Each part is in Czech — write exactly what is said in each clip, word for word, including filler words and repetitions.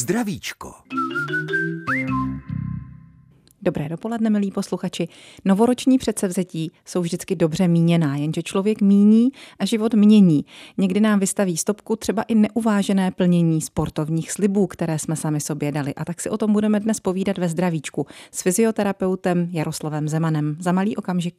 Zdravíčko. Dobré dopoledne, milí posluchači. Novoroční předsevzetí jsou vždycky dobře míněná, jenže člověk míní a život mění. Někdy nám vystaví stopku třeba i neuvážené plnění sportovních slibů, které jsme sami sobě dali. A tak si o tom budeme dnes povídat ve Zdravíčku s fyzioterapeutem Jaroslavem Zemanem. Za malý okamžik.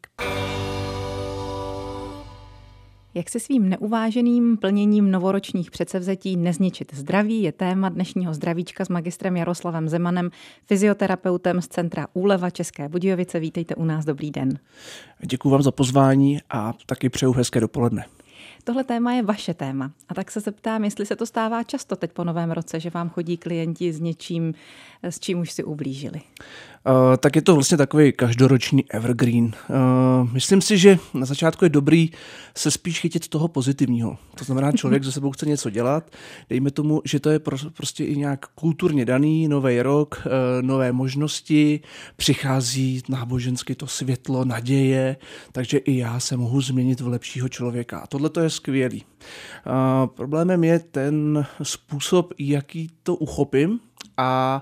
Jak se svým neuváženým plněním novoročních předsevzetí nezničit zdraví je téma dnešního Zdravíčka s magistrem Jaroslavem Zemanem, fyzioterapeutem z Centra Úleva České Budějovice. Vítejte u nás, dobrý den. Děkuji vám za pozvání a taky přeju hezké dopoledne. Tohle téma je vaše téma. A tak se zeptám, jestli se to stává často teď po novém roce, že vám chodí klienti s něčím, s čím už si ublížili. Uh, tak je to vlastně takový každoroční evergreen. Uh, myslím si, že na začátku je dobrý se spíš chytit toho pozitivního. To znamená, člověk se sebou chce něco dělat. Dejme tomu, že to je pro, prostě i nějak kulturně daný, nový rok, uh, nové možnosti, přichází nábožensky to světlo, naděje, takže i já se mohu změnit v lepšího člověka. A tohle to je skvělý. Uh, problémem je ten způsob, jaký to uchopím, a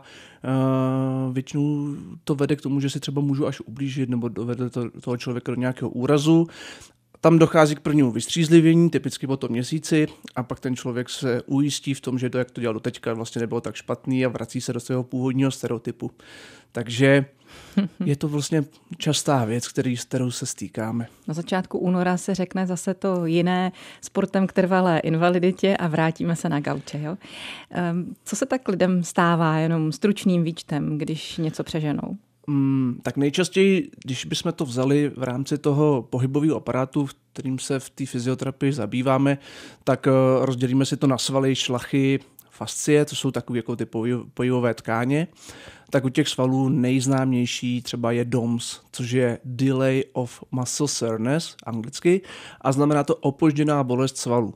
Uh, většinou to vede k tomu, že si třeba můžu až ublížit nebo dovede to, toho člověka do nějakého úrazu. Tam dochází k prvnímu vystřízlivění, typicky po tom měsíci, a pak ten člověk se ujistí v tom, že to, jak to dělal do teďka, vlastně nebylo tak špatný a vrací se do svého původního stereotypu. Takže je to vlastně častá věc, který, s kterou se stýkáme. Na začátku února se řekne zase to jiné, sportem k trvalé invaliditě a vrátíme se na gauče. Jo? Co se tak lidem stává jenom stručným výčtem, když něco přeženou? Hmm, tak nejčastěji, když bychom to vzali v rámci toho pohybového aparátu, kterým se v té fyzioterapii zabýváme, tak rozdělíme si to na svaly, šlachy, fascie, to jsou takové jako ty pojivové tkáně. Tak u těch svalů nejznámější třeba je D O M S, což je Delay of Muscle Soreness anglicky, a znamená to opožděná bolest svalů.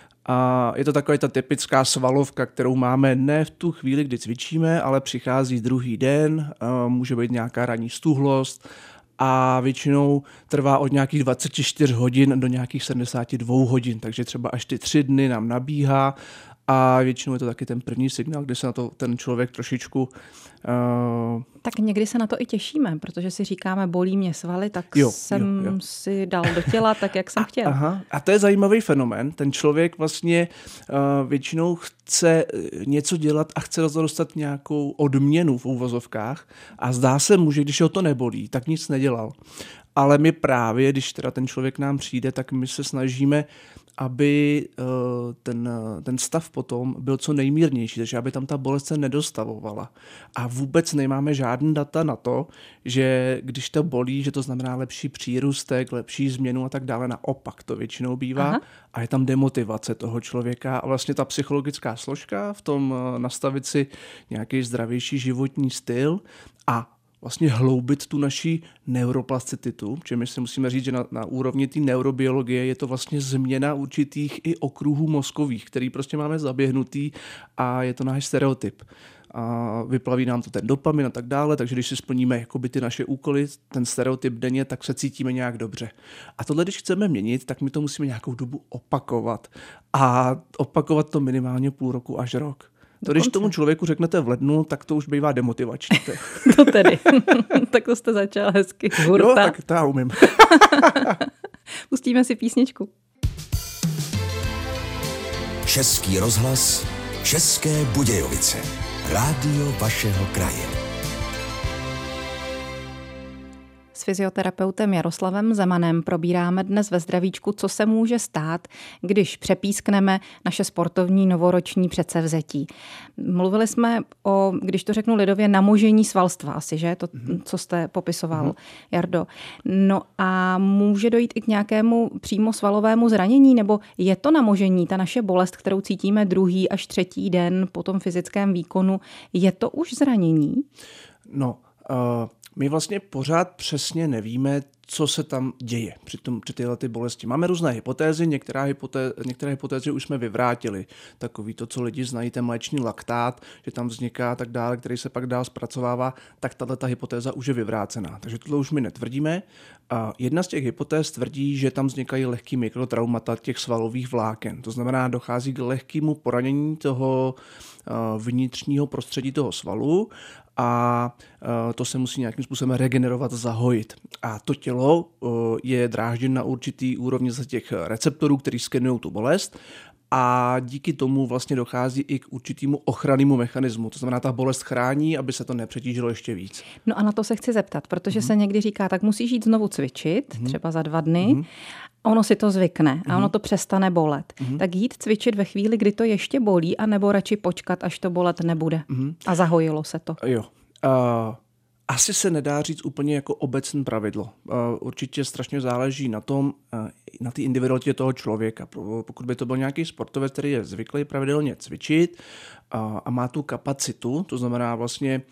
A je to taková ta typická svalovka, kterou máme ne v tu chvíli, kdy cvičíme, ale přichází druhý den, může být nějaká ranní stuhlost a většinou trvá od nějakých dvacet čtyři hodin do nějakých sedmdesát dva hodin, takže třeba až ty tři dny nám nabíhá. A většinou je to taky ten první signál, kdy se na to ten člověk trošičku... Uh... Tak někdy se na to i těšíme, protože si říkáme, bolí mě svaly, tak jo, jsem jo, jo. si dal do těla tak, jak jsem a, chtěl. Aha. A to je zajímavý fenomén. Ten člověk vlastně uh, většinou chce něco dělat a chce za to dostat nějakou odměnu v úvozovkách a zdá se mu, že když ho to nebolí, tak nic nedělal. Ale my právě, když teda ten člověk nám přijde, tak my se snažíme, aby uh, ten, ten stav potom byl co nejmírnější, takže aby tam ta bolest se nedostavovala. A vůbec nemáme žádný data na to, že když to bolí, že to znamená lepší přírůstek, lepší změnu a tak dále. Naopak to většinou bývá. Aha. A je tam demotivace toho člověka a vlastně ta psychologická složka v tom uh, nastavit si nějaký zdravější životní styl a vlastně hloubit tu naši neuroplasticitu, protože my si musíme říct, že na, na úrovni té neurobiologie je to vlastně změna určitých i okruhů mozkových, který prostě máme zaběhnutý a je to náš stereotyp. A vyplaví nám to ten dopamin a tak dále, takže když si splníme jakoby ty naše úkoly, ten stereotyp denně, tak se cítíme nějak dobře. A tohle, když chceme měnit, tak my to musíme nějakou dobu opakovat. A opakovat to minimálně půl roku až rok. To, když tomu člověku řeknete v lednu, tak to už bývá demotivační. To tedy. Tak to jste začal hezky hurta. No, tak to já umím. Pustíme si písničku. Český rozhlas, České Budějovice. Rádio vašeho kraje. S fyzioterapeutem Jaroslavem Zemanem probíráme dnes ve Zdravíčku, co se může stát, když přepískneme naše sportovní novoroční předsevzetí. Mluvili jsme o, když to řeknu lidově, namožení svalstva asi, že? To, co jste popisoval, mm-hmm. Jardo. No a může dojít i k nějakému přímo svalovému zranění, nebo je to namožení, ta naše bolest, kterou cítíme druhý až třetí den po tom fyzickém výkonu, je to už zranění? No, uh... My vlastně pořád přesně nevíme, co se tam děje při, tom, při tyhle ty bolesti. Máme různé hypotézy, některé, hypoté, některé hypotézy už jsme vyvrátili. Takový to, co lidi znají, ten mléčný laktát, že tam vzniká tak dále, který se pak dál zpracovává, tak tato hypotéza už je vyvrácená. Takže tohle už my netvrdíme. A jedna z těch hypotéz tvrdí, že tam vznikají lehký mikrotraumata těch svalových vláken. To znamená, dochází k lehkému poranění toho vnitřního prostředí toho svalu a to se musí nějakým způsobem regenerovat, zahojit. A to tělo je drážděno na určitý úrovni z těch receptorů, který skenují tu bolest, a díky tomu vlastně dochází i k určitému ochrannému mechanismu. To znamená, ta bolest chrání, aby se to nepřetížilo ještě víc. No a na to se chci zeptat, protože mm. se někdy říká, tak musíš jít znovu cvičit, mm. třeba za dva dny, mm. ono si to zvykne a ono to přestane bolet. Mm. Tak jít cvičit ve chvíli, kdy to ještě bolí, anebo radši počkat, až to bolet nebude. Mm. A zahojilo se to. Jo. Uh... Asi se nedá říct úplně jako obecné pravidlo. Určitě strašně záleží na tom, na té individualitě toho člověka. Pokud by to byl nějaký sportovec, který je zvyklý pravidelně cvičit a má tu kapacitu, to znamená vlastně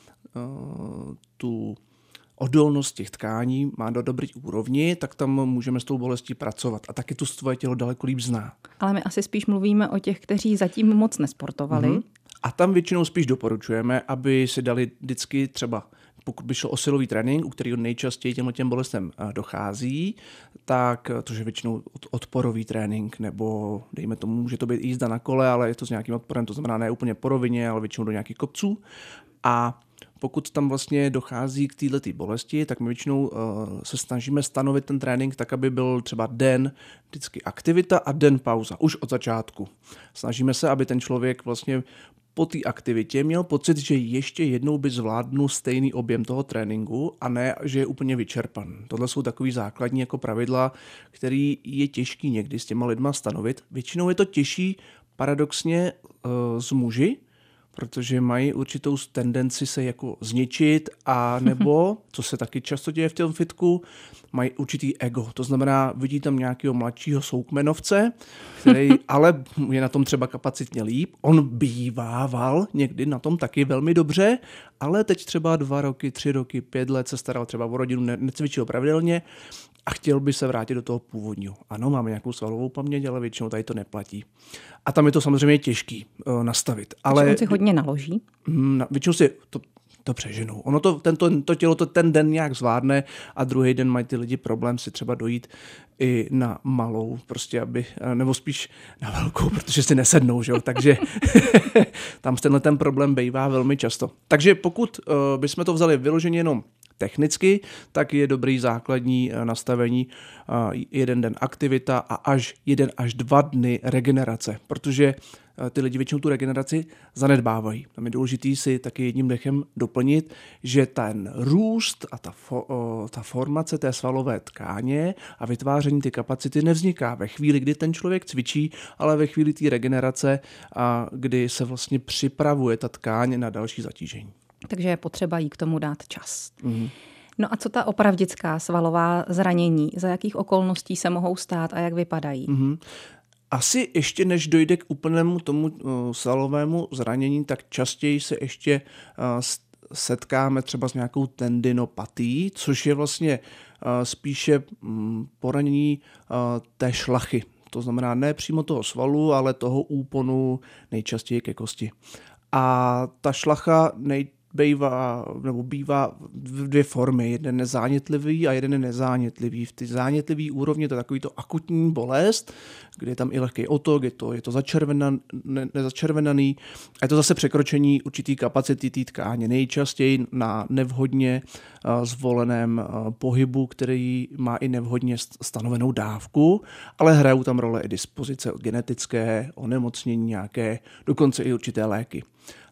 tu odolnost těch tkání má do dobrý úrovni, tak tam můžeme s tou bolestí pracovat. A taky tu tvoje tělo daleko líp zná. Ale my asi spíš mluvíme o těch, kteří zatím moc nesportovali. Mm-hmm. A tam většinou spíš doporučujeme, aby si dali vždycky třeba, pokud by šlo o silový trénink, u kterého nejčastěji těmhle těm bolestem dochází, tak to je většinou odporový trénink, nebo dejme tomu, může to být jízda na kole, ale je to s nějakým odporem, to znamená ne úplně po rovině, ale většinou do nějakých kopců. A pokud tam vlastně dochází k této bolesti, tak my většinou uh, se snažíme stanovit ten trénink tak, aby byl třeba den vždycky aktivita a den pauza, už od začátku. Snažíme se, aby ten člověk vlastně po té aktivitě měl pocit, že ještě jednou by zvládnul stejný objem toho tréninku a ne, že je úplně vyčerpan. Tohle jsou takový základní jako pravidla, který je těžký někdy s těma lidma stanovit. Většinou je to těžší paradoxně uh, s muži, protože mají určitou tendenci se jako zničit a nebo, co se taky často děje v tom fitku, mají určitý ego. To znamená, vidí tam nějakého mladšího soukmenovce, který ale je na tom třeba kapacitně líp. On bývával někdy na tom taky velmi dobře, ale teď třeba dva roky, tři roky, pět let se staral třeba o rodinu, ne- necvičil pravidelně a chtěl by se vrátit do toho původního. Ano, máme nějakou svalovou paměť, ale většinou tady to neplatí. A tam je to samozřejmě těžký uh, nastavit. Ale on si hodně naloží? Na, většinou si to, to přeženou. Ono to, tento, to tělo to ten den nějak zvládne a druhý den mají ty lidi problém si třeba dojít i na malou, prostě aby, nebo spíš na velkou, protože si nesednou, že jo? Takže tam tenhle ten problém bývá velmi často. Takže pokud uh, bychom to vzali vyloženě jenom technicky, tak je dobrý základní nastavení jeden den aktivita a až jeden až dva dny regenerace, protože ty lidi většinou tu regeneraci zanedbávají. Tam je důležitý si taky jedním dechem doplnit, že ten růst a ta, fo, ta formace té svalové tkáně a vytváření ty kapacity nevzniká ve chvíli, kdy ten člověk cvičí, ale ve chvíli té regenerace, a kdy se vlastně připravuje ta tkáň na další zatížení. Takže je potřeba jí k tomu dát čas. Mm. No a co ta opravdická svalová zranění? Za jakých okolností se mohou stát a jak vypadají? Mm. Asi ještě než dojde k úplnému tomu uh, svalovému zranění, tak častěji se ještě uh, setkáme třeba s nějakou tendinopatií, což je vlastně uh, spíše um, poranění uh, té šlachy. To znamená ne přímo toho svalu, ale toho úponu nejčastěji ke kosti. A ta šlacha nej Bývá, nebo bývá v dvě formy. Jeden je zánětlivý a jeden je nezánětlivý. V ty zánětlivý úrovni to je takový to akutní bolest, kde je tam i lehký otok, je to, je to začervenan, ne, nezačervenaný a je to zase překročení určitý kapacity té tkáně. Nejčastěji na nevhodně uh, zvoleném uh, pohybu, který má i nevhodně stanovenou dávku, ale hrajou tam role i dispozice genetické, onemocnění nějaké, dokonce i určité léky.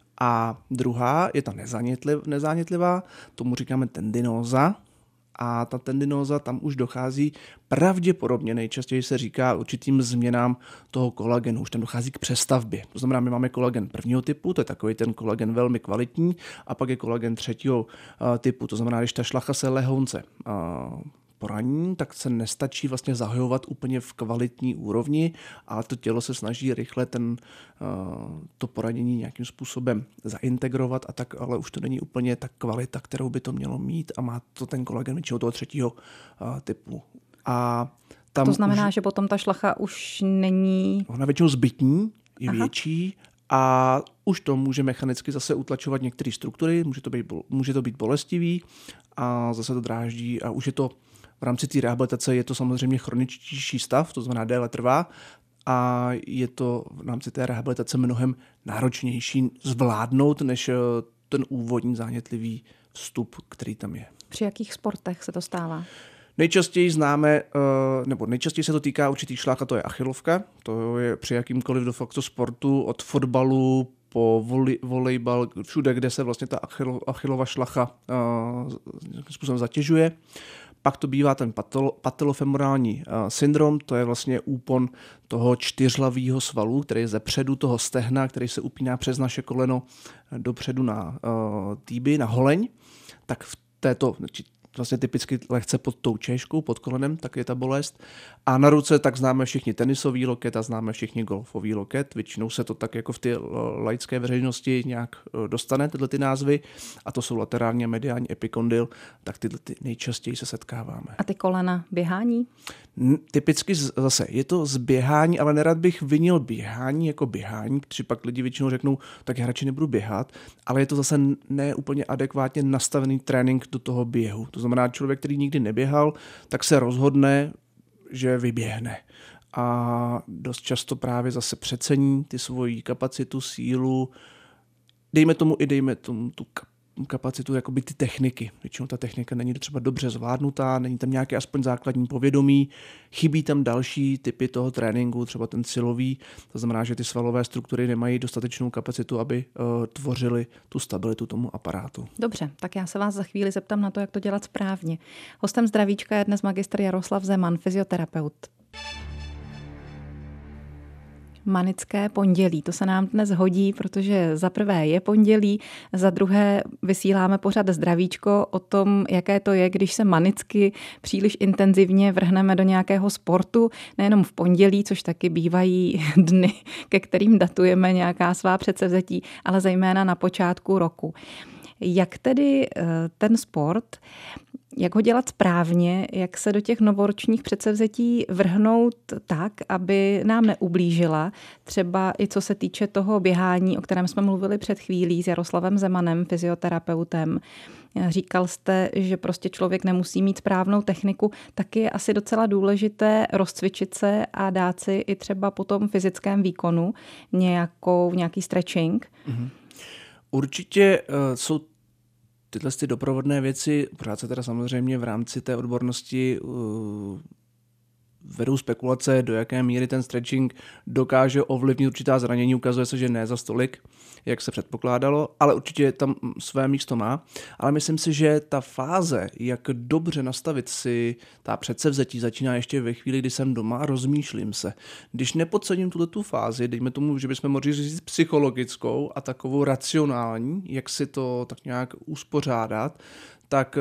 A druhá je ta nezánětliv, nezánětlivá, tomu říkáme tendinóza. A ta tendinóza, tam už dochází pravděpodobně, nejčastěji se říká určitým změnám toho kolagenu. Už tam dochází k přestavbě. To znamená, my máme kolagen prvního typu, to je takový ten kolagen velmi kvalitní, a pak je kolagen třetího uh, typu. To znamená, když ta šlacha se lehonce uh, poraní, tak se nestačí vlastně zahajovat úplně v kvalitní úrovni, ale to tělo se snaží rychle ten, to poranění nějakým způsobem zaintegrovat a tak, ale už to není úplně ta kvalita, kterou by to mělo mít a má to ten kolagen většinou toho třetího typu. A tam to znamená, už, že potom ta šlacha už není... Ona většinou zbytní, je Aha. větší a už to může mechanicky zase utlačovat některé struktury, může to být, může to být bolestivý a zase to dráždí a už je to v rámci té rehabilitace je to samozřejmě chroničtější stav, to znamená déle trvá a je to v rámci té rehabilitace mnohem náročnější zvládnout, než ten úvodní zánětlivý vstup, který tam je. Při jakých sportech se to stává? Nejčastěji známe, nebo nejčastěji se to týká určitý šlach a to je achilovka. To je při jakýmkoliv de facto sportu od fotbalu po voli, volejbal, všude, kde se vlastně ta achilo, achilova šlacha nějakým způsobem zatěžuje. Pak to bývá ten patellofemorální syndrom, to je vlastně úpon toho čtyřhlavého svalu, který je zepředu toho stehna, který se upíná přes naše koleno dopředu na týby, na holeň. Tak v této... vlastně typicky lehce pod tou češkou, pod kolenem, tak je ta bolest. A na ruce tak známe všichni tenisový loket a známe všichni golfový loket. Většinou se to tak jako v té laické veřejnosti nějak dostane, tyhle ty názvy. A to jsou laterální a mediální epikondyl, tak tyhle ty nejčastěji se setkáváme. A ty kolena běhání? Typicky zase je to z běhání, ale nerad bych vinil běhání jako běhání, protože pak lidi většinou řeknou, tak já radši nebudu běhat, ale je to zase ne úplně adekvátně nastavený trénink do toho běhu. To znamená, člověk, který nikdy neběhal, tak se rozhodne, že vyběhne. A dost často právě zase přecení ty svoji kapacitu, sílu, dejme tomu i dejme tomu tu kapacitu, jakoby ty techniky. Většinou ta technika není třeba dobře zvládnutá, není tam nějaké aspoň základní povědomí, chybí tam další typy toho tréninku, třeba ten silový, to znamená, že ty svalové struktury nemají dostatečnou kapacitu, aby uh, tvořily tu stabilitu tomu aparátu. Dobře, tak já se vás za chvíli zeptám na to, jak to dělat správně. Hostem Zdravíčka je dnes magistr Jaroslav Zeman, fyzioterapeut. Manické pondělí. To se nám dnes hodí, protože za prvé je pondělí, za druhé vysíláme pořad Zdravíčko o tom, jaké to je, když se manicky příliš intenzivně vrhneme do nějakého sportu, nejenom v pondělí, což taky bývají dny, ke kterým datujeme nějaká svá předsevzetí, ale zejména na počátku roku. Jak tedy ten sport, jak ho dělat správně, jak se do těch novoročních předsevzetí vrhnout tak, aby nám neublížila, třeba i co se týče toho běhání, o kterém jsme mluvili před chvílí s Jaroslavem Zemanem, fyzioterapeutem. Říkal jste, že prostě člověk nemusí mít správnou techniku, tak je asi docela důležité rozcvičit se a dát si i třeba po tom fyzickém výkonu nějakou, nějaký stretching. Mm-hmm. Určitě uh, jsou tyhle ty doprovodné věci, pořád se teda samozřejmě v rámci té odbornosti uh, vedou spekulace, do jaké míry ten stretching dokáže ovlivnit určitá zranění. Ukazuje se, že ne za stolik, jak se předpokládalo, ale určitě tam své místo má. Ale myslím si, že ta fáze, jak dobře nastavit si ta předsevzetí, začíná ještě ve chvíli, kdy jsem doma a rozmýšlím se. Když nepodcením tuto fázi, dejme tomu, že bychom mohli říct psychologickou a takovou racionální, jak si to tak nějak uspořádat, tak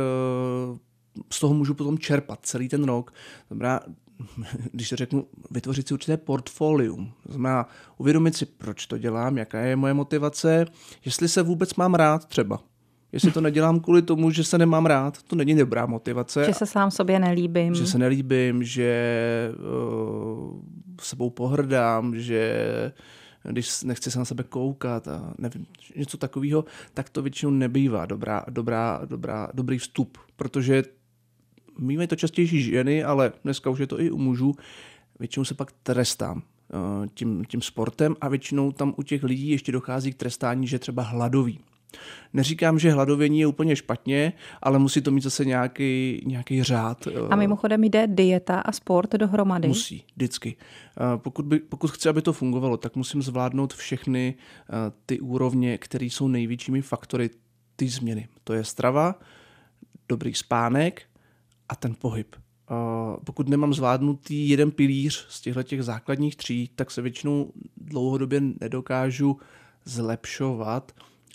z toho můžu potom čerpat celý ten rok. Dobrá, když to řeknu, vytvořit si určité portfolium. To znamená uvědomit si, proč to dělám, jaká je moje motivace, jestli se vůbec mám rád třeba. Jestli to nedělám kvůli tomu, že se nemám rád, to není dobrá motivace. Že se sám sobě nelíbím. Že se nelíbím, že uh, sebou pohrdám, že když nechci se na sebe koukat a nevím, něco takového, tak to většinou nebývá dobrá, dobrá, dobrá, dobrý vstup, protože mývají to častější ženy, ale dneska už je to i u mužů. Většinou se pak trestám tím, tím sportem a většinou tam u těch lidí ještě dochází k trestání, že třeba hladoví. Neříkám, že hladovění je úplně špatně, ale musí to mít zase nějaký, nějaký řád. A mimochodem jde dieta a sport dohromady? Musí, vždycky. Pokud, by, pokud chci, aby to fungovalo, tak musím zvládnout všechny ty úrovně, které jsou největšími faktory ty změny. To je strava, dobrý spánek a ten pohyb. Pokud nemám zvládnutý jeden pilíř z těchto těch základních tří, tak se většinou dlouhodobě nedokážu zlepšovat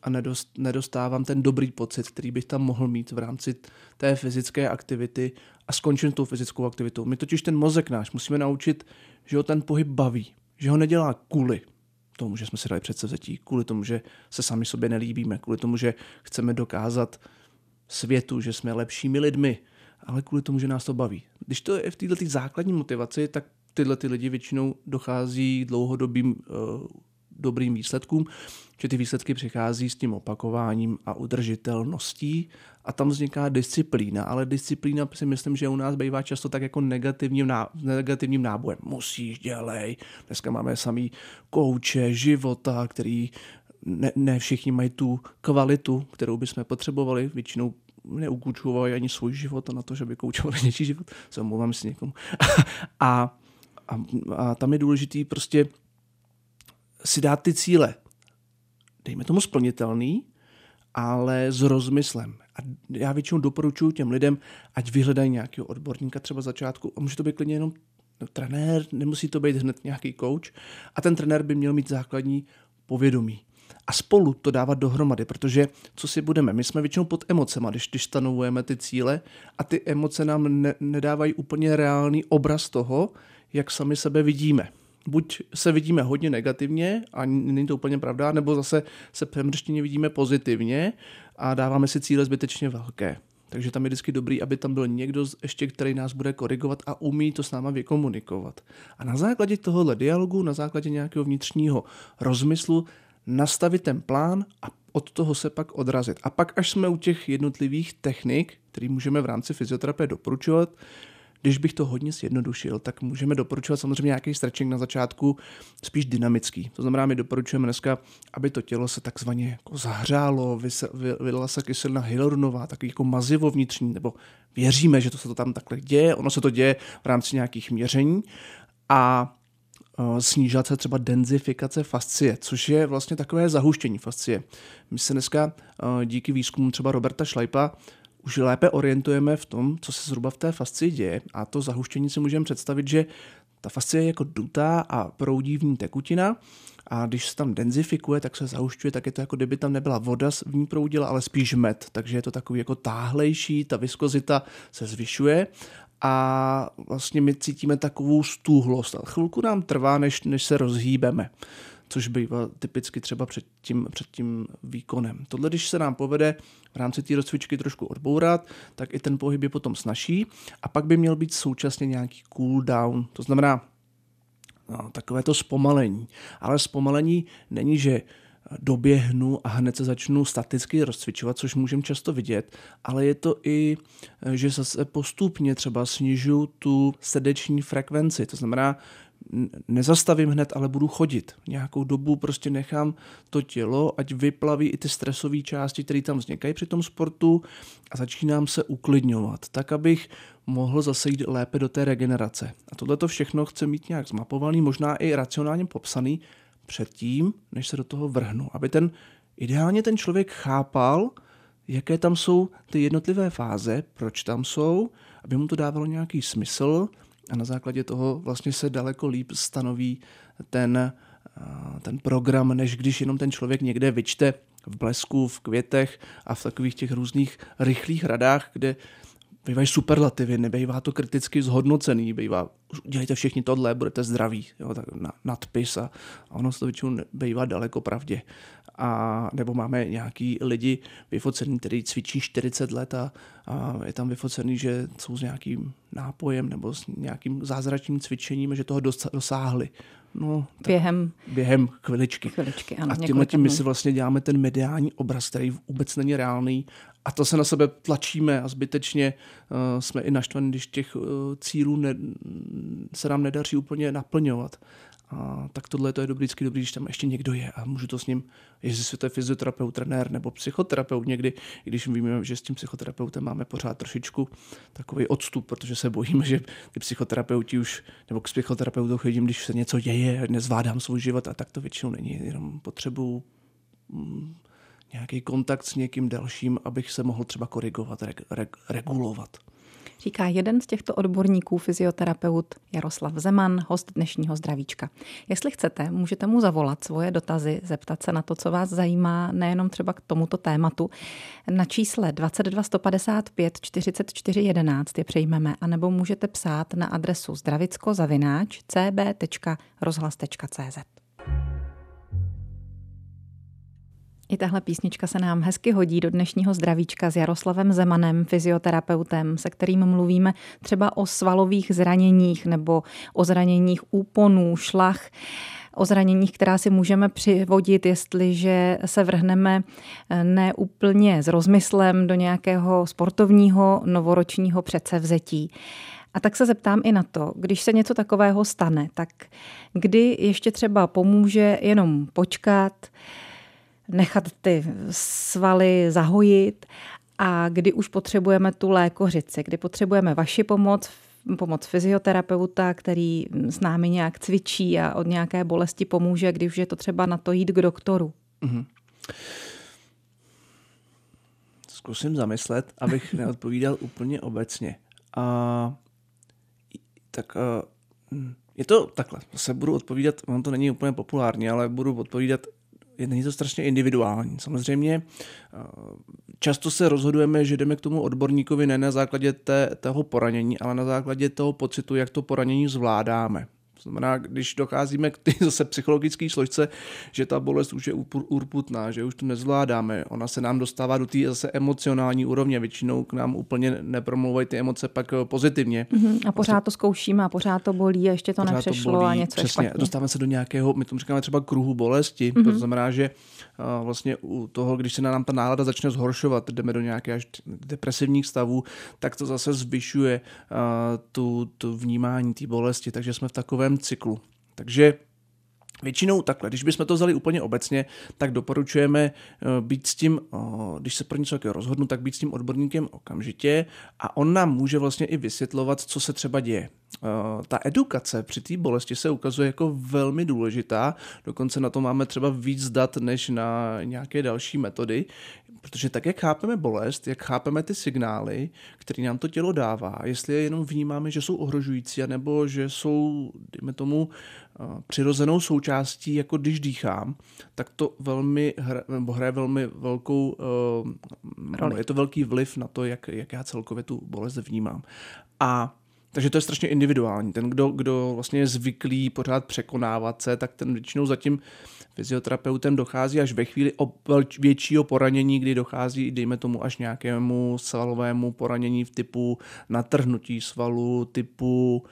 a nedost, nedostávám ten dobrý pocit, který bych tam mohl mít v rámci té fyzické aktivity a skončím tou fyzickou aktivitou. My totiž ten mozek náš musíme naučit, že ho ten pohyb baví, že ho nedělá kvůli tomu, že jsme si dali předsevzetí, kvůli tomu, že se sami sobě nelíbíme, kvůli tomu, že chceme dokázat světu, že jsme lepšími lidmi, ale kvůli tomu, že nás to baví. Když to je v této základní motivaci, tak tyhle ty lidi většinou dochází dlouhodobým uh, dobrým výsledkům, že ty výsledky přichází s tím opakováním a udržitelností a tam vzniká disciplína, ale disciplína si myslím, že u nás bývá často tak jako negativním, ná, negativním nábojem. Musíš, dělej. Dneska máme samý kouče života, který ne, ne všichni mají tu kvalitu, kterou bychom potřebovali. Většinou neukoučovají ani svůj život a na to, že by koučovali něčí život. Se omlouvám si někomu. a, a, a tam je důležitý prostě si dát ty cíle. Dejme tomu splnitelný, ale s rozmyslem. A já většinou doporučuji těm lidem, ať vyhledají nějakého odborníka třeba v začátku. A může to být klidně jenom trenér, nemusí to být hned nějaký coach. A ten trenér by měl mít základní povědomí. A spolu to dávat dohromady, protože co si budeme, my jsme většinou pod emocema, když, když stanovujeme ty cíle a ty emoce nám ne, nedávají úplně reálný obraz toho, jak sami sebe vidíme. Buď se vidíme hodně negativně a není to úplně pravda, nebo zase se přemrštěně vidíme pozitivně a dáváme si cíle zbytečně velké. Takže tam je vždycky dobrý, aby tam byl někdo ještě, který nás bude korigovat a umí to s náma vykomunikovat. A na základě tohohle dialogu, na základě nějakého vnitřního rozmyslu nastavit ten plán a od toho se pak odrazit. A pak, až jsme u těch jednotlivých technik, které můžeme v rámci fyzioterapie doporučovat, když bych to hodně zjednodušil, tak můžeme doporučovat samozřejmě nějaký stretching na začátku spíš dynamický. To znamená, my doporučujeme dneska, aby to tělo se takzvaně jako zahřálo, vylila se kyselina hyaluronová, takový jako mazivo vnitřní, nebo věříme, že to se to tam takhle děje, ono se to děje v rámci nějakých měření a snížila se třeba denzifikace fascie, což je vlastně takové zahuštění fascie. My se dneska díky výzkumu třeba Roberta Schleipa už lépe orientujeme v tom, co se zhruba v té fascii děje a to zahuštění si můžeme představit, že ta fascie je jako dutá a proudí v ní tekutina a když se tam denzifikuje, tak se zahušťuje, tak je to jako kdyby tam nebyla voda v ní proudila, ale spíš med, takže je to takový jako táhlejší, ta viskozita se zvyšuje a vlastně my cítíme takovou stůhlost. A chvilku nám trvá, než, než se rozhýbeme, což bývá typicky třeba před tím, před tím výkonem. Tohle, když se nám povede v rámci té rozcvičky trošku odbourat, tak i ten pohyb je potom snazší a pak by měl být současně nějaký cool down, to znamená no, takové to zpomalení. Ale zpomalení není, že doběhnu a hned se začnu staticky rozcvičovat, což můžeme často vidět, ale je to i, že zase postupně třeba snižuju tu srdeční frekvenci, to znamená, nezastavím hned, ale budu chodit. Nějakou dobu prostě nechám to tělo, ať vyplaví i ty stresové části, které tam vznikají při tom sportu a začínám se uklidňovat, tak abych mohl zase jít lépe do té regenerace. A tohleto všechno chce mít nějak zmapovaný, možná i racionálně popsaný předtím, než se do toho vrhnu. Aby ten, ideálně ten člověk chápal, jaké tam jsou ty jednotlivé fáze, proč tam jsou, aby mu to dávalo nějaký smysl, a na základě toho vlastně se daleko líp stanoví ten, ten program, než když jenom ten člověk někde vyčte v blesku, v květech a v takových těch různých rychlých radách, kde bývají superlativy, nebývá to kriticky zhodnocený, bývá, dělejte všichni tohle, budete zdraví, jo, tak na, nadpis a, a ono se to většinou bývá daleko pravdě. A nebo máme nějaký lidi vyfocený, který cvičí čtyřicet let a, a je tam vyfocený, že jsou s nějakým nápojem nebo s nějakým zázračným cvičením, že toho dosáhli. No, během, během chviličky. chviličky ano, a tímhle tím my si vlastně děláme ten mediální obraz, který vůbec není reálný a to se na sebe tlačíme a zbytečně uh, jsme i naštvaní, když těch uh, cílů ne, se nám nedaří úplně naplňovat. A tak tohle to je dobrý, dobrý, když tam ještě někdo je a můžu to s ním, jestli to je fyzioterapeut, trenér nebo psychoterapeut někdy, i když víme, že s tím psychoterapeutem máme pořád trošičku takový odstup, protože se bojíme, že ty psychoterapeuti už, nebo k psychoterapeutu chodím, když se něco děje, nezvládám svůj život a tak to většinou není, jenom potřebuji mm, nějaký kontakt s někým dalším, abych se mohl třeba korigovat, reg, reg, regulovat. Říká jeden z těchto odborníků, fyzioterapeut Jaroslav Zeman, host dnešního Zdravíčka. Jestli chcete, můžete mu zavolat svoje dotazy, zeptat se na to, co vás zajímá, nejenom třeba k tomuto tématu. Na čísle dvacet dva sto padesát pět čtyřicet čtyři jedenáct je přejmeme, anebo můžete psát na adresu zdravicko zavináč c b tečka rozhlas tečka c z. I tahle písnička se nám hezky hodí do dnešního Zdravíčka s Jaroslavem Zemanem, fyzioterapeutem, se kterým mluvíme třeba o svalových zraněních nebo o zraněních úponů, šlach, o zraněních, která si můžeme přivodit, jestliže se vrhneme ne úplně s rozmyslem do nějakého sportovního novoročního předsevzetí. A tak se zeptám i na to, když se něco takového stane, tak kdy ještě třeba pomůže jenom počkat, nechat ty svaly zahojit a kdy už potřebujeme tu lékořici, kdy potřebujeme vaši pomoc, pomoc fyzioterapeuta, který s námi nějak cvičí a od nějaké bolesti pomůže, když už je to třeba na to jít k doktoru. Mm-hmm. Zkusím zamyslet, abych neodpovídal úplně obecně. A, tak a, je to takhle, se budu odpovídat, ono to není úplně populární, ale budu odpovídat. Není to strašně individuální. Samozřejmě často se rozhodujeme, že jdeme k tomu odborníkovi ne na základě té, toho poranění, ale na základě toho pocitu, jak to poranění zvládáme. To znamená, když docházíme k té zase psychologické složce, že ta bolest už je urputná, že už to nezvládáme, ona se nám dostává do té zase emocionální úrovně, většinou k nám úplně nepromlouvají ty emoce pak pozitivně. Mm-hmm. A pořád to zkoušíme a pořád to bolí a ještě to pořád nepřešlo to bolí, a něco přesně, je špatně. Dostáváme se do nějakého, my tomu říkáme třeba kruhu bolesti, mm-hmm. to znamená, že uh, vlastně u toho, když se nám ta nálada začne zhoršovat, jdeme do nějakých až depresivních stavů, tak to zase zvyšuje uh, tu, tu vnímání té bolesti, takže jsme v takovém cyklu. Takže většinou takhle, když bychom to vzali úplně obecně, tak doporučujeme být s tím, když se pro něco takového rozhodnu, tak být s tím odborníkem okamžitě a on nám může vlastně i vysvětlovat, co se třeba děje. Ta edukace při té bolesti se ukazuje jako velmi důležitá, dokonce na to máme třeba víc dat než na nějaké další metody, protože tak, jak chápeme bolest, jak chápeme ty signály, které nám to tělo dává, jestli je jenom vnímáme, že jsou ohrožující, anebo že jsou, dejme tomu, přirozenou součástí, jako když dýchám, tak to velmi hra, nebo hraje velmi velkou uh, je to velký vliv na to, jak, jak já celkově tu bolest vnímám. A takže to je strašně individuální. Ten, kdo, kdo vlastně je zvyklý pořád překonávat se, tak ten většinou za tím fyzioterapeutem dochází až ve chvíli většího poranění, kdy dochází, dejme tomu, až nějakému svalovému poranění v typu natrhnutí svalu, typu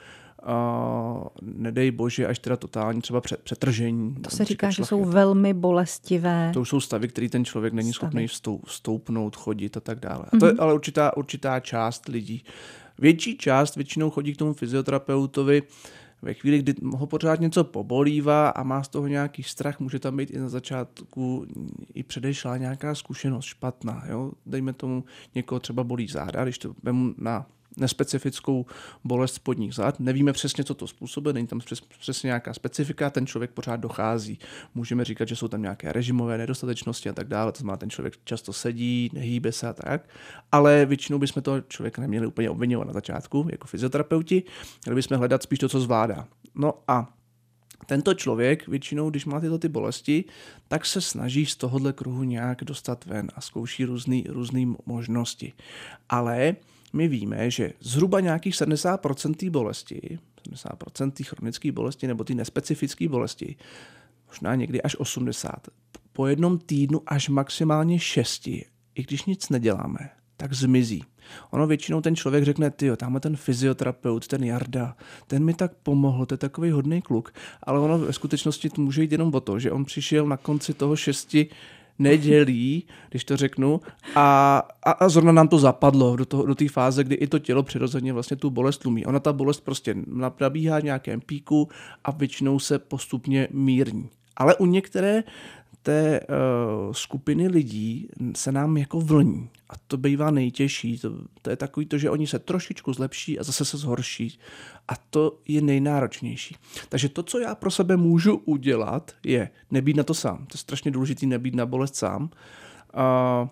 Uh, nedej bože, až teda totální třeba přetržení. To se říká, že jsou velmi bolestivé. To už jsou stavy, který ten člověk není stavy. schopný vstou, vstoupnout, chodit a tak dále. A to je ale určitá, určitá část lidí. Větší část většinou chodí k tomu fyzioterapeutovi ve chvíli, kdy ho pořád něco pobolívá a má z toho nějaký strach, může tam být i na začátku i předešlá nějaká zkušenost špatná. Jo? Dejme tomu, někoho třeba bolí záda, když to vemu na nespecifickou bolest spodních zad. Nevíme přesně, co to způsobuje, není tam přes, přesně nějaká specifika, ten člověk pořád dochází. Můžeme říkat, že jsou tam nějaké režimové nedostatečnosti a tak dále, to znamená, ten člověk často sedí, nehýbe se a tak, ale většinou bychom toho člověka neměli úplně obvinovat na začátku, jako fyzioterapeuti, měli bychom hledat spíš to, co zvládá. No a tento člověk většinou, když má tyto ty bolesti, tak se snaží z tohohle kruhu nějak dostat ven a zkouší různý, různý možnosti. Ale my víme, že zhruba nějakých sedmdesát procent té bolesti, sedmdesát procent té chronické bolesti nebo té nespecifické bolesti, možná někdy až osmdesát procent, po jednom týdnu až maximálně šesti, i když nic neděláme, tak zmizí. Ono většinou ten člověk řekne, tyjo, tamhle ten fyzioterapeut, ten Jarda, ten mi tak pomohl, to je takový hodný kluk, ale ono ve skutečnosti to může jít jenom o to, že on přišel na konci toho šesti nedělí, když to řeknu, a, a, a zrovna nám to zapadlo do, toho, do té fáze, kdy i to tělo přirozeně vlastně tu bolest tlumí. Ona ta bolest prostě nabíhá v nějakém píku a většinou se postupně mírní. Ale u některé té uh, skupiny lidí se nám jako vlní. A to bývá nejtěžší. To, to je takový to, že oni se trošičku zlepší a zase se zhorší. A to je nejnáročnější. Takže to, co já pro sebe můžu udělat, je nebýt na to sám. To je strašně důležitý, nebýt na bolest sám. Uh,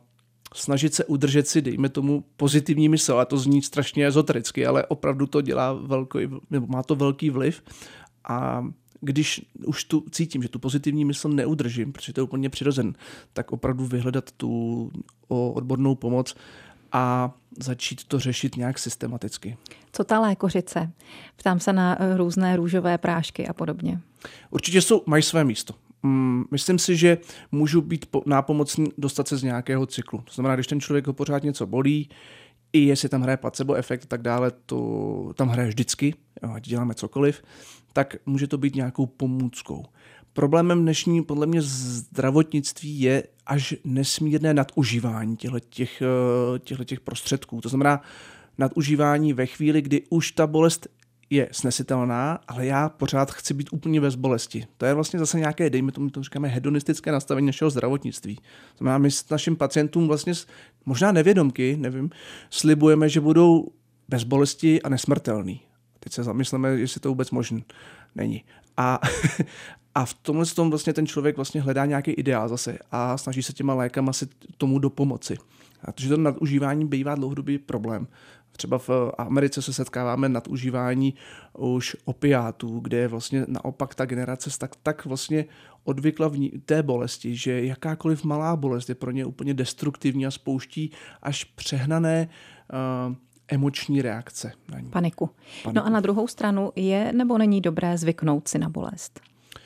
snažit se udržet si, dejme tomu, pozitivní mysl, a to zní strašně ezotericky, ale opravdu to dělá velký, nebo má to velký vliv. A když už tu cítím, že tu pozitivní mysl neudržím, protože to je úplně přirozen, tak opravdu vyhledat tu odbornou pomoc a začít to řešit nějak systematicky. Co ta lékořice? Ptám se na různé růžové prášky a podobně. Určitě jsou, mají své místo. Myslím si, že můžu být nápomocný dostat se z nějakého cyklu. To znamená, když ten člověk ho pořád něco bolí, i jestli tam hraje placebo efekt a tak dále, to tam hraje vždycky, ať děláme cokoliv, tak může to být nějakou pomůckou. Problémem dnešní podle mě zdravotnictví je až nesmírné nadužívání těchto těch prostředků. To znamená nadužívání ve chvíli, kdy už ta bolest je snesitelná, ale já pořád chci být úplně bez bolesti. To je vlastně zase nějaké, dejme tomu, to říkáme, hedonistické nastavení našeho zdravotnictví. To znamená, my s našim pacientům vlastně možná nevědomky, nevím, slibujeme, že budou bez bolesti a nesmrtelný. Teď se zamysleme, jestli to vůbec možné není. A, a v tomhle tom vlastně ten člověk vlastně hledá nějaký ideál zase a snaží se těma lékama si tomu dopomoci. Protože to nadužívání bývá dlouhodobý problém. Třeba v Americe se setkáváme nadužívání už opiátů, kde je vlastně naopak ta generace tak, tak vlastně odvykla v ní, té bolesti, že jakákoliv malá bolest je pro ně úplně destruktivní a spouští až přehnané uh, emoční reakce na ní. Paniku. Paniku. No a na druhou stranu je nebo není dobré zvyknout si na bolest?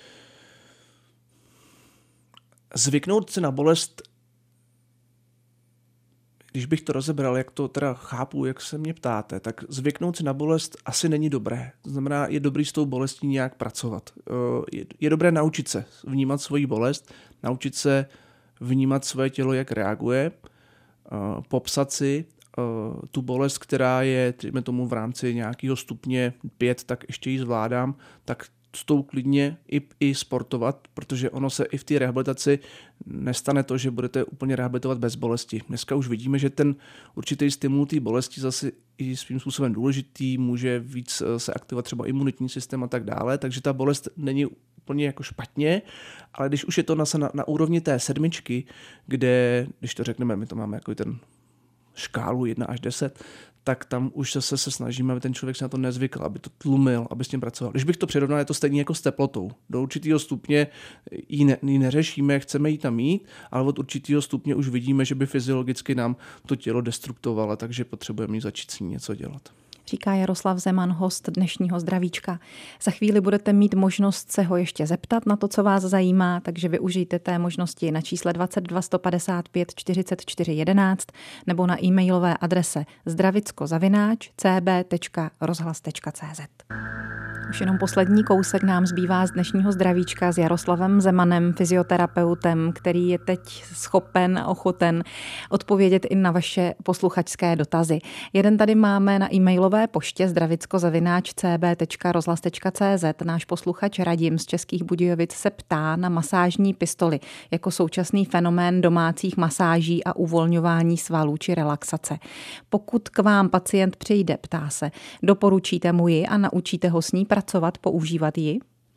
Zvyknout si na bolest, když bych to rozebral, jak to teda chápu, jak se mě ptáte, tak zvyknout si na bolest asi není dobré. To znamená, je dobrý s tou bolestí nějak pracovat. Je dobré naučit se vnímat svoji bolest, naučit se vnímat své tělo, jak reaguje, popsat si tu bolest, která je, dejme tomu, v rámci nějakého stupně pět, tak ještě ji zvládám, tak s tou klidně i, i sportovat, protože ono se i v té rehabilitaci nestane to, že budete úplně rehabilitovat bez bolesti. Dneska už vidíme, že ten určitý stimul té bolesti zase i svým způsobem důležitý, může víc se aktivovat třeba imunitní systém a tak dále, takže ta bolest není úplně jako špatně, ale když už je to na, na, na úrovni té sedmičky, kde, když to řekneme, my to máme jako ten škálu jedna až deset, tak tam už zase se snažíme, aby ten člověk se na to nezvykl, aby to tlumil, aby s tím pracoval. Když bych to přirovnal, je to stejně jako s teplotou. Do určitého stupně ji, ne, ji neřešíme, chceme ji tam mít, ale od určitého stupně už vidíme, že by fyziologicky nám to tělo destruktovalo, takže potřebujeme začít s ní něco dělat. Říká Jaroslav Zeman, host dnešního Zdravíčka. Za chvíli budete mít možnost se ho ještě zeptat na to, co vás zajímá, takže využijte té možnosti na čísle dvacet dva sto padesát pět čtyřicet čtyři jedenáct nebo na e-mailové adrese zdravicko zavináč c b tečka rozhlas tečka c z. Už jenom poslední kousek nám zbývá z dnešního Zdravíčka s Jaroslavem Zemanem, fyzioterapeutem, který je teď schopen a ochoten odpovědět i na vaše posluchačské dotazy. Jeden tady máme na e-mailové poště zdravicko zavináč c b tečka rozhlas tečka c z. Náš posluchač Radim z Českých Budějovic se ptá na masážní pistoli jako současný fenomén domácích masáží a uvolňování svalů či relaxace. Pokud k vám pacient přijde, ptá se, doporučíte mu ji a naučíte ho s ní pracovat, používat ji?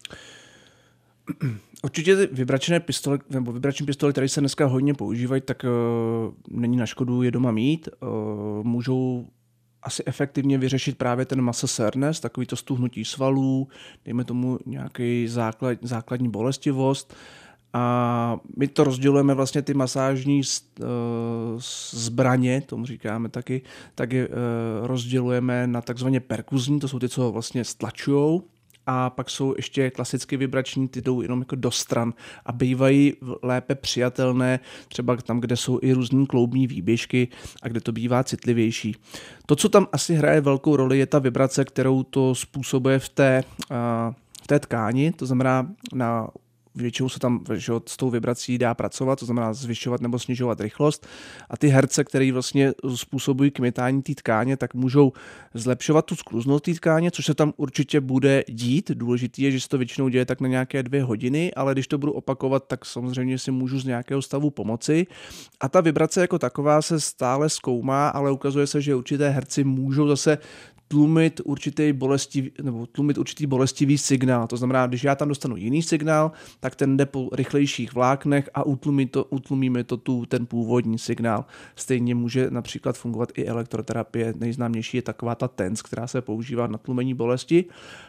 Určitě ty vibračné pistole, nebo vibrační pistole, které se dneska hodně používají, tak uh, není na škodu je doma mít. Uh, můžou asi efektivně vyřešit právě ten muscle soreness, takový to stuhnutí svalů, dejme tomu nějaký základ, základní bolestivost. A my to rozdělujeme vlastně ty masážní zbraně, tomu říkáme taky, tak je rozdělujeme na takzvaně perkuzní, to jsou ty, co vlastně stlačujou, a pak jsou ještě klasicky vibrační, ty jdou jenom jako do stran a bývají lépe přijatelné, třeba tam, kde jsou i různý kloubní výběžky a kde to bývá citlivější. To, co tam asi hraje velkou roli, je ta vibrace, kterou to způsobuje v té, v té tkáni, to znamená na většinou se tam že, s tou vibrací dá pracovat, to znamená zvyšovat nebo snižovat rychlost. A ty herce, které vlastně způsobují kmitání té tkáně, tak můžou zlepšovat tu skluznost té tkáně, což se tam určitě bude dít. Důležité je, že se to většinou děje tak na nějaké dvě hodiny, ale když to budu opakovat, tak samozřejmě si můžu z nějakého stavu pomoci. A ta vibrace jako taková se stále zkoumá, ale ukazuje se, že určité herci můžou zase tlumit určitý bolestivý, nebo tlumit určitý bolestivý signál. To znamená, když já tam dostanu jiný signál, tak ten jde po rychlejších vláknech a utlumí to, utlumíme to tu, ten původní signál. Stejně může například fungovat i elektroterapie. Nejznámější je taková ta T E N S, která se používá na tlumení bolesti.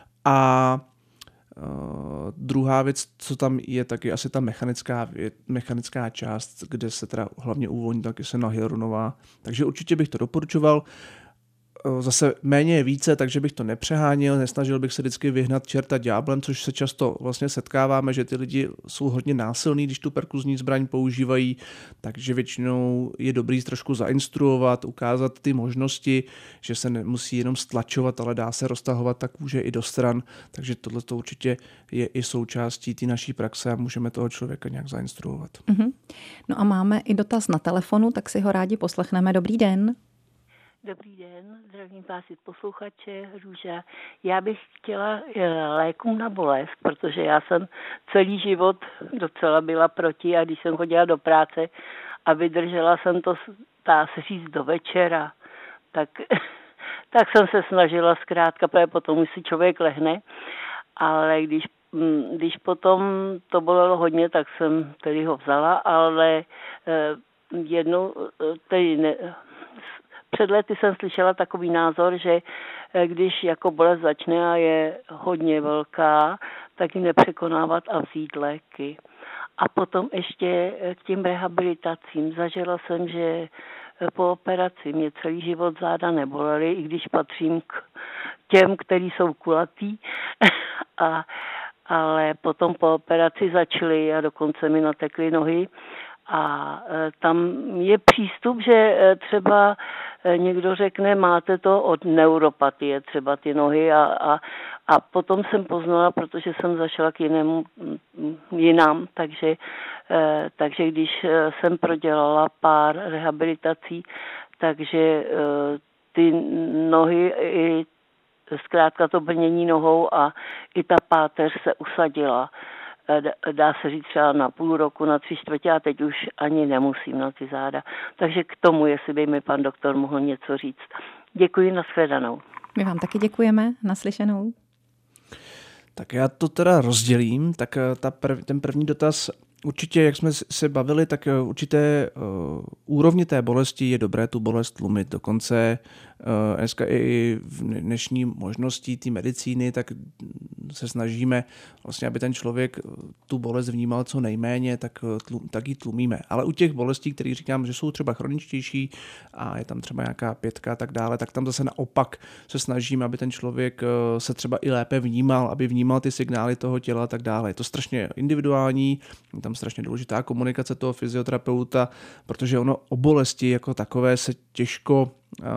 A Uh, druhá věc, co tam je, tak je asi ta mechanická, mechanická část, kde se teda hlavně uvolní ta kyselina hyaluronová. Takže určitě bych to doporučoval. Uh, zase méně je více, takže bych to nepřeháněl, nesnažil bych se vždycky vyhnat čerta ďáblem, což se často vlastně setkáváme, že ty lidi jsou hodně násilní, když tu perkuzní zbraň používají, takže většinou je dobrý trošku zainstruovat, ukázat ty možnosti, že se nemusí jenom stlačovat, ale dá se roztahovat ta kůže i do stran, takže tohle to určitě je i součástí té naší praxe a můžeme toho člověka nějak zainstruovat. Mm-hmm. No a máme i dotaz na telefonu, tak si ho rádi poslechneme. Dobrý den. Dobrý den, zdravím vás i posluchače, Růža. Já bych chtěla lékům na bolest, protože já jsem celý život docela byla proti a když jsem chodila do práce a vydržela jsem to, dá se říct, do večera, tak, tak jsem se snažila zkrátka, protože potom už si člověk lehne, ale když, když potom to bolelo hodně, tak jsem tedy ho vzala, ale jednou tedy ne, před lety jsem slyšela takový názor, že když jako bolest začne a je hodně velká, tak ji nepřekonávat a vzít léky. A potom ještě k těm rehabilitacím. Zažila jsem, že po operaci mě celý život záda nebolely, i když patřím k těm, kteří jsou kulatý. a, ale potom po operaci začaly a dokonce mi natekly nohy. A tam je přístup, že třeba někdo řekne, máte to od neuropatie, třeba ty nohy a, a, a potom jsem poznala, protože jsem zašla k jinému, jinam, takže, takže když jsem prodělala pár rehabilitací, takže ty nohy i zkrátka to brnění nohou a i ta páteř se usadila. Dá se říct třeba na půl roku, na tři čtvrtě a teď už ani nemusím na ty záda. Takže k tomu, jestli by mi pan doktor mohl něco říct. Děkuji, nashledanou. My vám taky děkujeme, naslyšenou. Tak já to teda rozdělím, tak ta prv, ten první dotaz, určitě, jak jsme se bavili, tak určité uh, úrovni té bolesti je dobré tu bolest tlumit. Dokonce uh, dneska i v dnešní možností té medicíny, tak se snažíme vlastně, aby ten člověk tu bolest vnímal co nejméně, tak, tlum, tak ji tlumíme. Ale u těch bolestí, které říkám, že jsou třeba chroničtější a je tam třeba nějaká pětka a tak dále, tak tam zase naopak se snažíme, aby ten člověk se třeba i lépe vnímal, aby vnímal ty signály toho těla a tak dále. Je to strašně individuální, je tam strašně důležitá komunikace toho fyzioterapeuta, protože ono o bolesti jako takové se těžko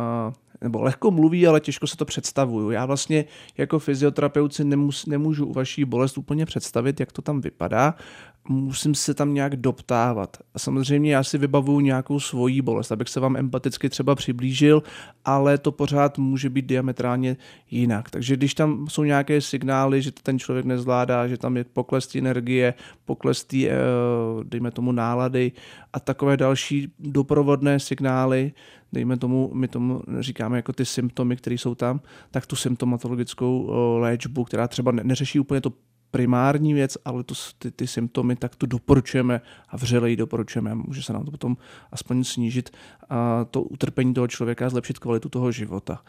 nebo lehko mluví, ale těžko se to představuju. Já vlastně jako fyzioterapeut si nemus, nemůžu u vaší bolest úplně představit, jak to tam vypadá. Musím se tam nějak doptávat. A samozřejmě já si vybavuju nějakou svoji bolest, abych se vám empaticky třeba přiblížil, ale to pořád může být diametrálně jinak. Takže když tam jsou nějaké signály, že to ten člověk nezvládá, že tam je pokles té energie, pokles té, dejme tomu, nálady a takové další doprovodné signály, dejme tomu, my tomu říkáme jako ty symptomy, které jsou tam, tak tu symptomatologickou léčbu, která třeba neřeší úplně to primární věc, ale to, ty, ty symptomy, tak tu doporučujeme a vřele ji doporučujeme. Může se nám to potom aspoň snížit a to utrpení toho člověka a zlepšit kvalitu toho života.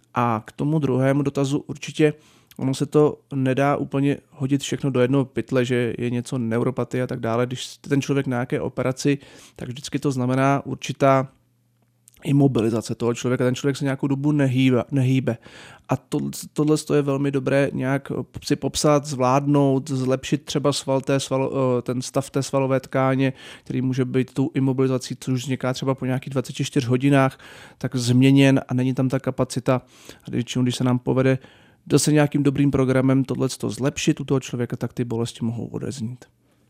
A k tomu druhému dotazu určitě ono se to nedá úplně hodit všechno do jednoho pytle, že je něco neuropatie a tak dále. Když ten člověk na nějaké operaci, tak vždycky to znamená určitá imobilizace toho člověka. Ten člověk se nějakou dobu nehýbe. nehýbe. A to, tohle je velmi dobré nějak si popsat, zvládnout, zlepšit třeba sval té svalo, ten stav té svalové tkáně, který může být tou imobilizací, což vzniká třeba po nějakých dvaceti čtyřech hodinách, tak změněn a není tam ta kapacita. A většinou, když se nám povede zase nějakým dobrým programem tohle zlepšit u toho člověka, tak ty bolesti mohou odeznít.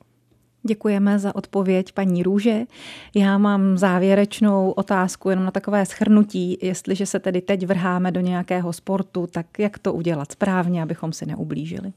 Děkujeme za odpověď paní Růže. Já mám závěrečnou otázku jenom na takové shrnutí. Jestliže se tedy teď vrháme do nějakého sportu, tak jak to udělat správně, abychom si neublížili?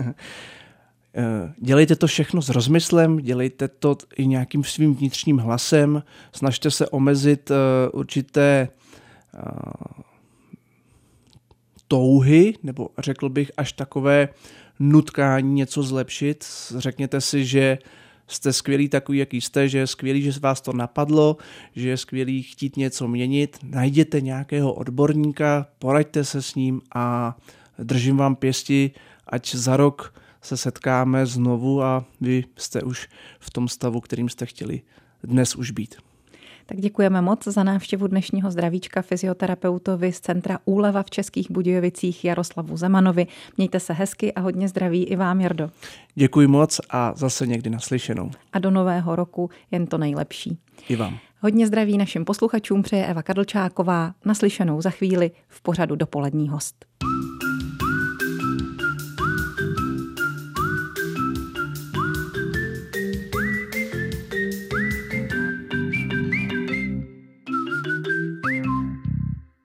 Dělejte to všechno s rozmyslem, dělejte to i nějakým svým vnitřním hlasem, snažte se omezit určité touhy, nebo řekl bych až takové nutkání něco zlepšit. Řekněte si, že jste skvělý takový, jaký jste, že je skvělý, že vás to napadlo, že je skvělý chtít něco měnit. Najděte nějakého odborníka, poraďte se s ním a držím vám pěsti, ať za rok se setkáme znovu a vy jste už v tom stavu, kterým jste chtěli dnes už být. Tak děkujeme moc za návštěvu dnešního zdravíčka fyzioterapeutovi z centra Úleva v Českých Budějovicích Jaroslavu Zemanovi. Mějte se hezky a hodně zdraví i vám, Jardo. Děkuji moc a zase někdy naslyšenou. A do nového roku jen to nejlepší. I vám. Hodně zdraví našim posluchačům přeje Eva Kadlčáková. Naslyšenou za chvíli v pořadu Dopolední host.